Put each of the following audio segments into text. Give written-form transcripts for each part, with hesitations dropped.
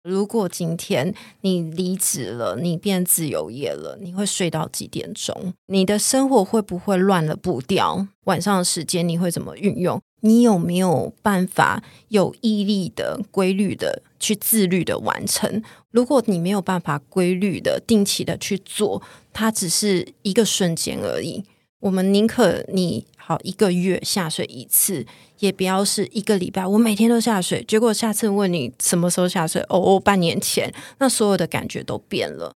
如果今天你离职了，你变自由业了，你会睡到几点钟？你的生活会不会乱了步调？晚上的时间你会怎么运用？你有没有办法有毅力的、规律的去自律的完成？如果你没有办法规律的、定期的去做，它只是一个瞬间而已。我们宁可你好1个月下水一次，也不要是1个礼拜我每天都下水，结果下次问你什么时候下水，半年前，那所有的感觉都变了。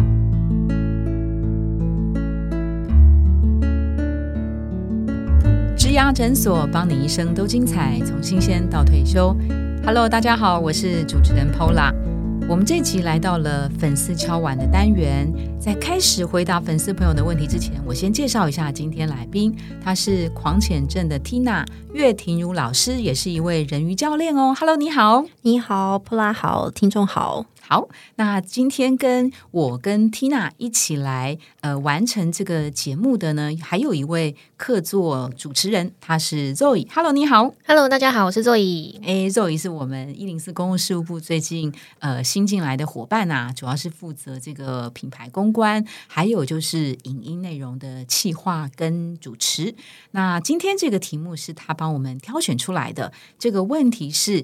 职涯诊所，帮你一生都精彩，从新鲜到退休。Hello， 大家好，我是主持人 Paula。我们这集来到了粉丝敲碗的单元，在开始回答粉丝朋友的问题之前，我先介绍一下今天来宾，她是狂犬症的 Tina 岳庭如老师，也是一位人鱼教练哦。Hello， 你好。 你好，普拉好，听众好。 好，那今天跟 Tina 一起来完成这个节目的呢，还有一位客座主持人，他是 Zoe。Hello， 你好。 Hello， 大家好，我是 Zoe。 Zoe 是我们104公务事务部最近新进来的伙伴啊，主要是负责这个品牌公关，还有就是影音内容的企划跟主持。那今天这个题目是他帮我们挑选出来的，这个问题是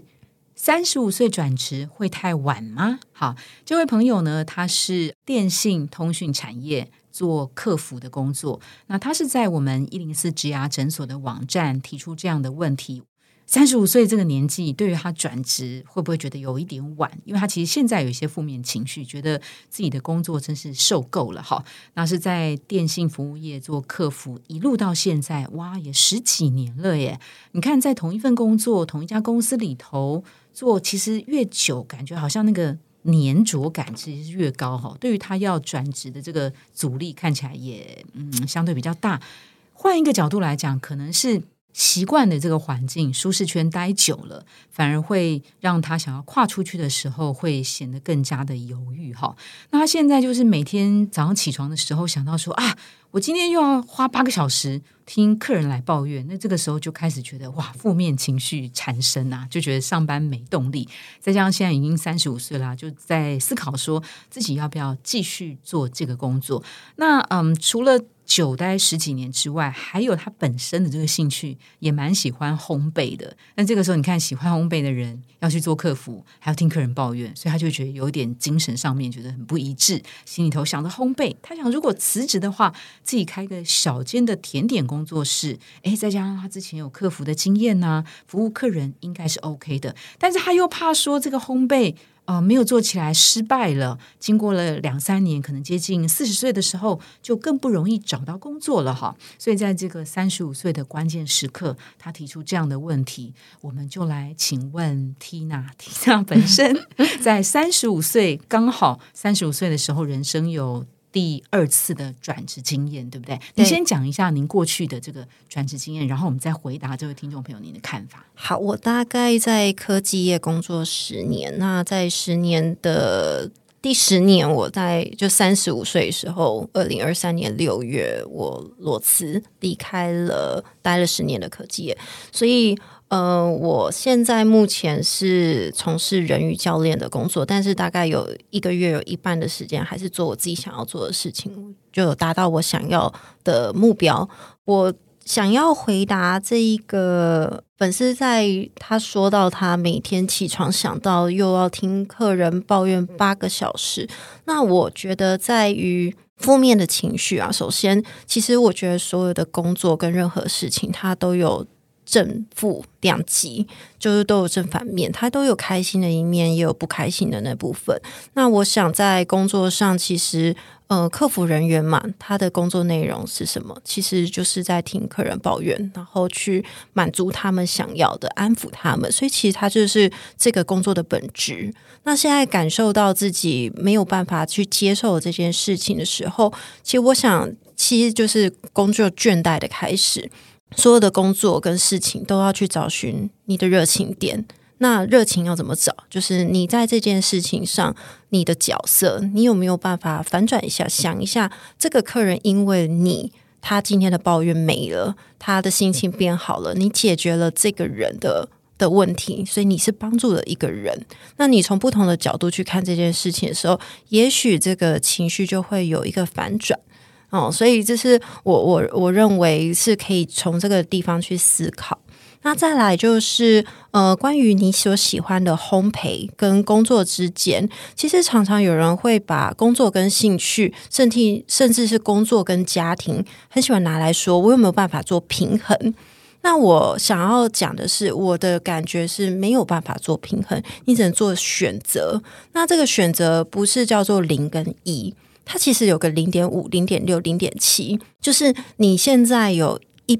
35岁转职会太晚吗？好，这位朋友呢，他是电信通讯产业做客服的工作，那他是在我们104职涯诊所的网站提出这样的问题。35岁这个年纪对于他转职会不会觉得有一点晚？因为他其实现在有一些负面情绪，觉得自己的工作真是受够了哈。那是在电信服务业做客服，一路到现在，哇，也10几年了耶！你看，在同一份工作、同一家公司里头做，其实越久，感觉好像那个粘着感其实是越高哈。对于他要转职的这个阻力，看起来也相对比较大。换一个角度来讲，可能是习惯的这个环境舒适圈待久了，反而会让他想要跨出去的时候会显得更加的犹豫哈。那他现在就是每天早上起床的时候想到说啊，我今天又要花8个小时听客人来抱怨，那这个时候就开始觉得哇，负面情绪产生啊，就觉得上班没动力。再加上现在已经35岁了，就在思考说自己要不要继续做这个工作。那除了久待10几年之外，还有他本身的这个兴趣也蛮喜欢烘焙的。那这个时候你看，喜欢烘焙的人要去做客服，还要听客人抱怨，所以他就觉得有点精神上面觉得很不一致，心里头想着烘焙，他想如果辞职的话，自己开个小间的甜点工作室，再加上他之前有客服的经验啊，服务客人应该是 OK 的。但是他又怕说这个烘焙没有做起来失败了，经过了2-3年，可能接近40岁的时候就更不容易找到工作了哈。所以在这个35岁的关键时刻，他提出这样的问题，我们就来请问 Tina 本身在35岁刚好35岁的时候，人生有第2次的转职经验，对不对？你先讲一下您过去的这个转职经验，然后我们再回答这位听众朋友您的看法。 好，我大概在科技业工作10年，那在10年的第10年，我在就35岁的时候，2023年6月我裸辞离开了待了10年的科技业，所以我现在目前是从事人鱼教练的工作，但是大概有1个月有一半的时间还是做我自己想要做的事情，就有达到我想要的目标。我想要回答这一个粉丝，在他说到他每天起床想到又要听客人抱怨8个小时，那我觉得在于负面的情绪啊。首先，其实我觉得所有的工作跟任何事情，它都有正负两极，就是都有正反面，它都有开心的一面，也有不开心的那部分。那我想在工作上，其实客服人员嘛，他的工作内容是什么？其实就是在听客人抱怨，然后去满足他们想要的，安抚他们。所以其实他就是这个工作的本质。那现在感受到自己没有办法去接受这件事情的时候，其实我想，其实就是工作倦怠的开始。所有的工作跟事情都要去找寻你的热情点。那热情要怎么找？就是你在这件事情上你的角色，你有没有办法反转一下，想一下这个客人因为你他今天的抱怨没了，他的心情变好了，你解决了这个人的的问题，所以你是帮助了一个人。那你从不同的角度去看这件事情的时候，也许这个情绪就会有一个反转。所以这是我认为是可以从这个地方去思考。那再来就是关于你所喜欢的烘焙跟工作之间，其实常常有人会把工作跟兴趣，甚至是工作跟家庭，很喜欢拿来说我有没有办法做平衡。那我想要讲的是，我的感觉是没有办法做平衡，你只能做选择。那这个选择不是叫做0跟1，它其实有个 0.5、0.6、0.7， 就是你现在有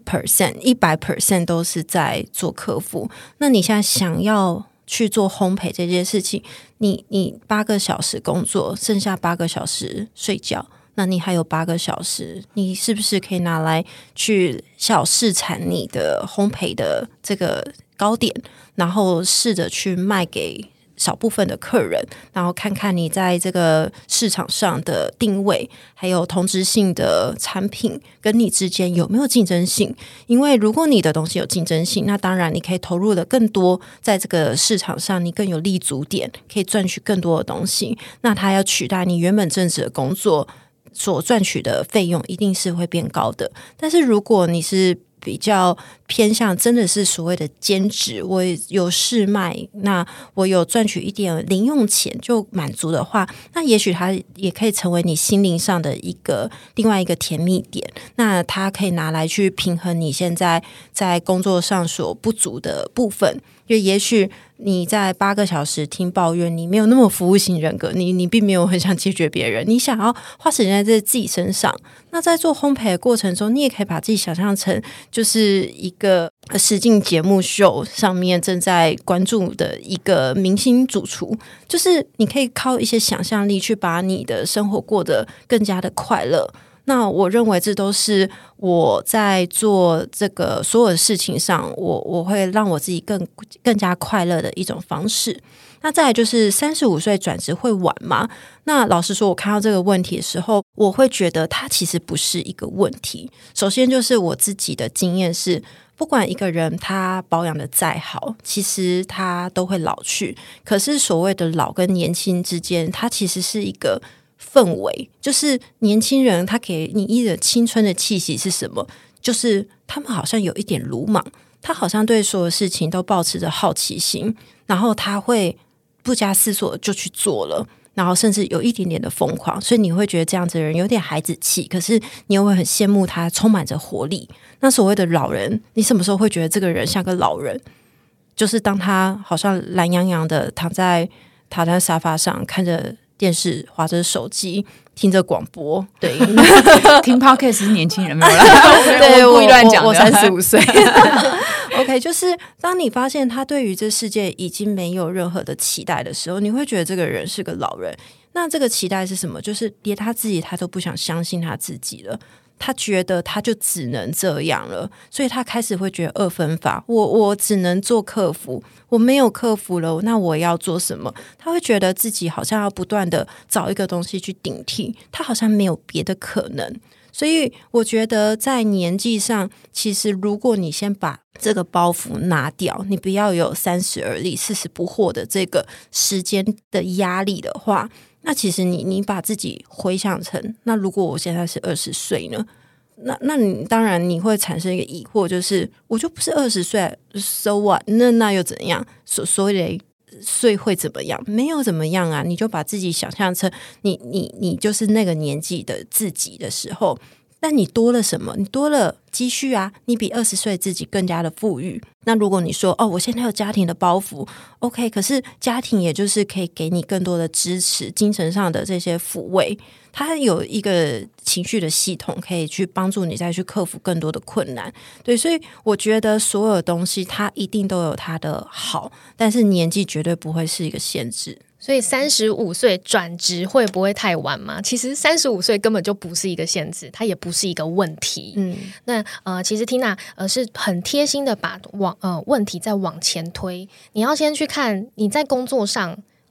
1%、100% 都是在做客服，那你现在想要去做烘焙这件事情，你8个小时工作，剩下8个小时睡觉，那你还有8个小时，你是不是可以拿来去小试产你的烘焙的这个糕点，然后试着去卖给少部分的客人，然后看看你在这个市场上的定位，还有同质性的产品跟你之间有没有竞争性。因为如果你的东西有竞争性，那当然你可以投入的更多，在这个市场上你更有立足点，可以赚取更多的东西。那它要取代你原本正职的工作所赚取的费用，一定是会变高的。但是如果你是比较偏向真的是所谓的兼职，我有事卖，那我有赚取一点零用钱就满足的话，那也许它也可以成为你心灵上的另外一个甜蜜点。那它可以拿来去平衡你现在在工作上所不足的部分。因为也许你在8个小时听抱怨，你没有那么服务型人格，你并没有很想解决别人，你想要花时间在自己身上。那在做烘焙的过程中，你也可以把自己想象成就是一个实境节目秀上面正在关注的一个明星主厨，就是你可以靠一些想象力去把你的生活过得更加的快乐。那我认为这都是我在做这个所有的事情上，我会让我自己更加快乐的一种方式。那再来就是35岁转职会晚吗？那老实说，我看到这个问题的时候，我会觉得它其实不是一个问题。首先就是我自己的经验是，不管一个人他保养的再好，其实他都会老去。可是所谓的老跟年轻之间，它其实是一个氛围，就是年轻人他给你一个青春的气息是什么？就是他们好像有一点鲁莽，他好像对所有事情都抱持着好奇心，然后他会不加思索就去做了，然后甚至有一点点的疯狂，所以你会觉得这样子的人有点孩子气，可是你又会很羡慕他充满着活力。那所谓的老人，你什么时候会觉得这个人像个老人？就是当他好像懒洋洋的躺在沙发上，看着电视，滑着手机，听着广播。对， 听 podcast 是年轻人没有啦， 对， 我故意乱讲的。 我35岁。OK， 就是当你发现他对于这世界已经没有任何的期待的时候，你会觉得这个人是个老人。那这个期待是什么？就是连他自己他都不想相信他自己了。他觉得他就只能这样了，所以他开始会觉得二分法，我只能做客服，我没有客服了，那我要做什么？他会觉得自己好像要不断的找一个东西去顶替，他好像没有别的可能。所以我觉得在年纪上，其实如果你先把这个包袱拿掉，你不要有30而立40不惑的这个时间的压力的话，那其实你把自己回想成，那如果我现在是20岁呢？那你当然你会产生一个疑惑，就是我就不是20岁 ，so what？ 那又怎样？所谓的岁会怎么样？没有怎么样啊！你就把自己想象成你就是那个年纪的自己的时候，那你多了什么？你多了积蓄啊！你比20岁自己更加的富裕。那如果你说我现在有家庭的包袱 ，OK， 可是家庭也就是可以给你更多的支持，精神上的这些抚慰，它有一个情绪的系统可以去帮助你再去克服更多的困难。对，所以我觉得所有东西它一定都有它的好，但是年纪绝对不会是一个限制。 所以35岁转职会不会太晚吗？其实35岁根本就不是一个限制，它也不是一个问题。那其实 Tina 是很贴心的把问题再往前推。你要先去看你在工作上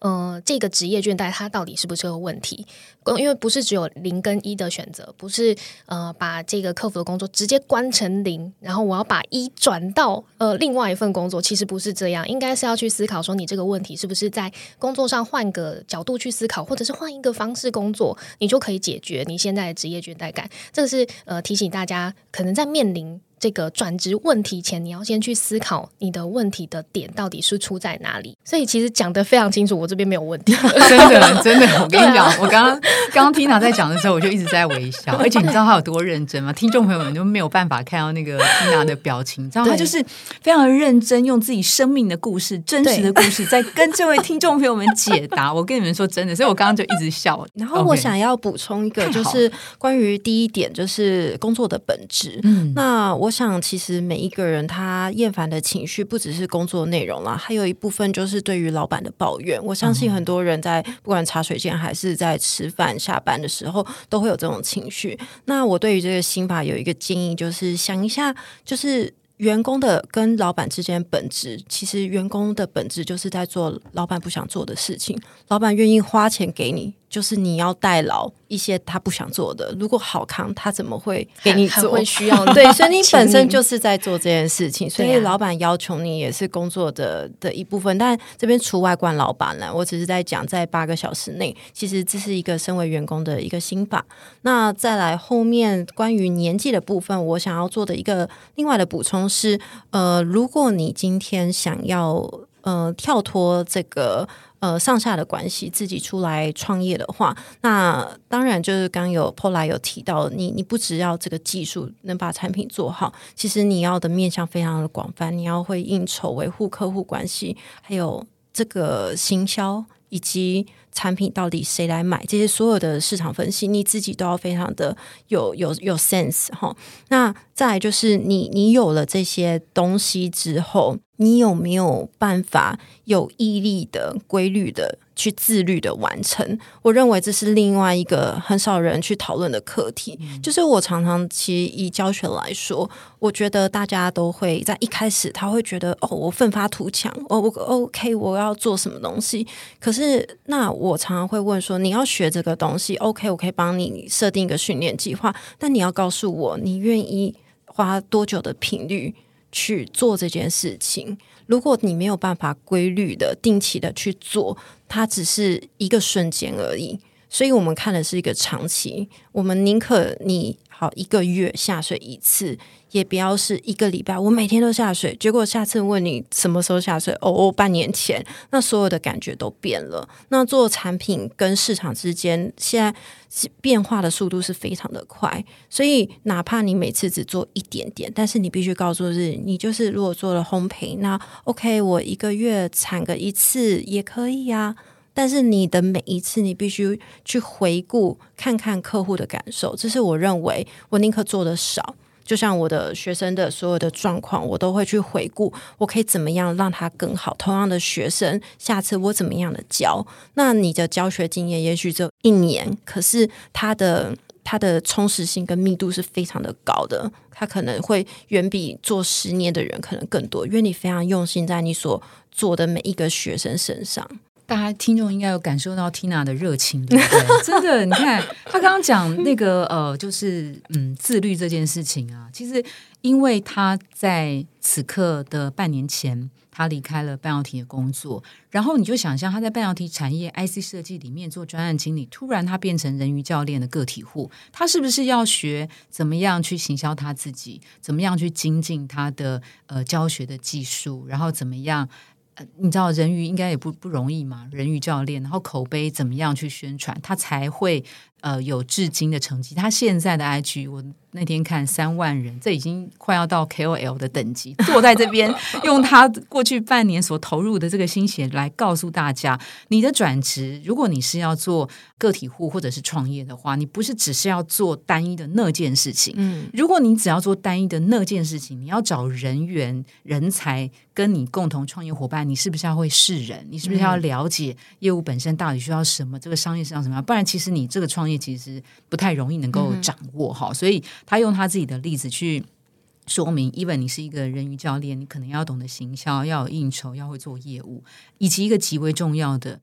这个职业倦怠它到底是不是个问题？因为不是只有0跟1的选择，不是把这个客服的工作直接关成0，然后我要把1转到另外一份工作，其实不是这样，应该是要去思考说你这个问题是不是在工作上换个角度去思考，或者是换一个方式工作，你就可以解决你现在的职业倦怠感。这个是提醒大家，可能在面临这个转职问题前，你要先去思考你的问题的点到底是出在哪里。所以其实讲得非常清楚，我这边没有问题。 真的，我跟你讲，我刚刚 Tina 在讲的时候，我就一直在微笑，而且你知道她有多认真吗？听众朋友们就没有办法看到那个 Tina 的表情，你知道她就是非常认真，用自己生命的故事、真实的故事，在跟这位听众朋友们解答。我跟你们说真的，所以我刚刚就一直笑。 然后我想要补充一个，就是关于第一点，就是工作的本质。那我想其实每一个人他厌烦的情绪不只是工作内容啦，还有一部分就是对于老板的抱怨。我相信很多人在不管茶水间还是在吃饭下班的时候都会有这种情绪。那我对于这个心法有一个建议，就是想一下，就是员工的跟老板之间的本质，其实员工的本质就是在做老板不想做的事情，老板愿意花钱给你，就是你要代劳一些他不想做的。如果好康，他怎么会给你做？ 会需要对，所以你本身就是在做这件事情，所以老板要求你也是工作的一部分。但这边除外关老板了，我只是在讲在8个小时内，其实这是一个身为员工的一个心法。那再来后面关于年纪的部分，我想要做的一个另外的补充是，如果你今天想要跳脱这个上下的关系，自己出来创业的话，那当然就是刚有 Paula 有提到，你不只要这个技术能把产品做好，其实你要的面向非常的广泛，你要会应酬、维护客户关系，还有这个行销，以及产品到底谁来买，这些所有的市场分析你自己都要非常的有 sense 齁。那再来就是你有了这些东西之后，你有没有办法有毅力的、规律的去自律的完成？我认为这是另外一个很少人去讨论的课题。就是我常常其实以教学来说，我觉得大家都会在一开始他会觉得我奋发图强，我 OK 我要做什么东西。可是那我常常会问说，你要学这个东西 OK 我可以帮你设定一个训练计划，但你要告诉我你愿意花多久的频率去做这件事情。如果你没有办法规律的定期的去做，它只是一个瞬间而已。所以我们看的是一个长期，我们宁可你好1个月下水一次，也不要是1个礼拜我每天都下水，结果下次问你什么时候下水，半年前，那所有的感觉都变了。那做产品跟市场之间现在变化的速度是非常的快，所以哪怕你每次只做一点点，但是你必须告诉是你就是如果做了烘焙，那 OK 我1个月产个1次也可以啊，但是你的每一次你必须去回顾看看客户的感受，这是我认为我宁可做的少，就像我的学生的所有的状况我都会去回顾，我可以怎么样让他更好，同样的学生下次我怎么样的教。那你的教学经验也许只有1年，可是他的充实性跟密度是非常的高的，他可能会远比做10年的人可能更多，因为你非常用心在你所做的每一个学生身上。 大家听众应该有感受到 Tina 的热情，对不对？真的，你看他刚刚讲那个就是自律这件事情啊，其实因为他在此刻的半年前，他离开了半导体的工作，然后你就想象他在半导体产业 IC 设计里面做专案经理，突然他变成人鱼教练的个体户，他是不是要学怎么样去行销他自己，怎么样去精进他的教学的技术，然后怎么样你知道人鱼应该也不容易嘛，人鱼教练，然后口碑怎么样去宣传，他才会有至今的成绩。他现在的 IG 我那天看3万人，这已经快要到 KOL 的等级，坐在这边用他过去半年所投入的这个心血来告诉大家，你的转职如果你是要做个体户或者是创业的话，你不是只是要做单一的那件事情，如果你只要做单一的那件事情，你要找人员人才跟你共同创业伙伴，你是不是要会识人，你是不是要了解业务本身到底需要什么，这个商业市场什么样，不然其实你这个创业其实不太容易能够掌握哈。所以他用他自己的例子去说明 even 你是一个人鱼教练，你可能要懂得行销，要有应酬，要会做业务，以及一个极为重要的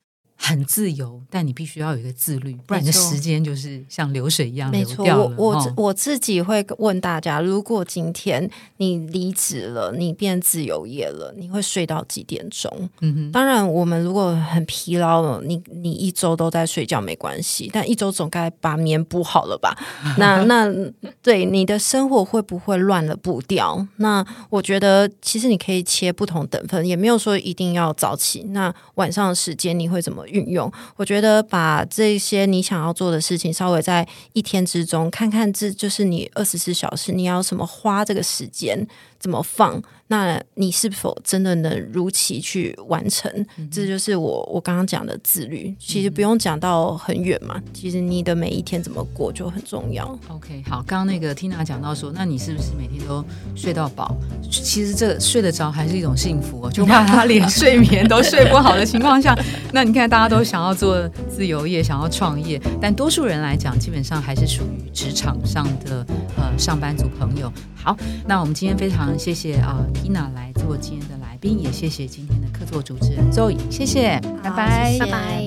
很自由，但你必须要有一个自律，不然你的时间就是像流水一样流错， 掉了。 我自己会问大家，如果今天你离职了，你变自由业了，你会睡到几点钟？当然我们如果很疲劳了，你一周都在睡觉没关系，但一周总该把眠补好了吧？那对你的生活会不会乱了步调？那我觉得其实你可以切不同等分，也没有说一定要早起。那晚上的时间你会怎么运用？我觉得把这些你想要做的事情稍微在一天之中看看，这就是你24小时你要什么花这个时间怎么放，那你是否真的能如期去完成？这就是我刚刚讲的自律。其实不用讲到很远嘛，其实你的每一天怎么过就很重要。 OK， 好，刚刚那个 Tina 讲到说，那你是不是每天都睡到饱？其实这睡得着还是一种幸福哦，就怕他连睡眠都睡不好的情况下那你看大家都想要做自由业，想要创业，但多数人来讲基本上还是属于职场上的上班族朋友。好，那我们今天非常谢谢Tina 来做今天的来宾，也谢谢今天的客座主持人 Zoe， 谢谢，拜拜， 拜拜。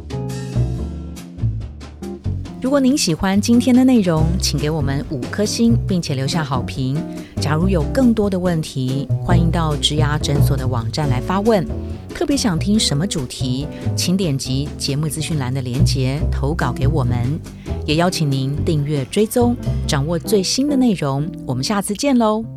如果您喜欢今天的内容，请给我们5颗星，并且留下好评。假如有更多的问题，欢迎到职涯诊所的网站来发问。特别想听什么主题，请点击节目资讯栏的连结投稿给我们。也邀请您订阅追踪，掌握最新的内容。我们下次见喽。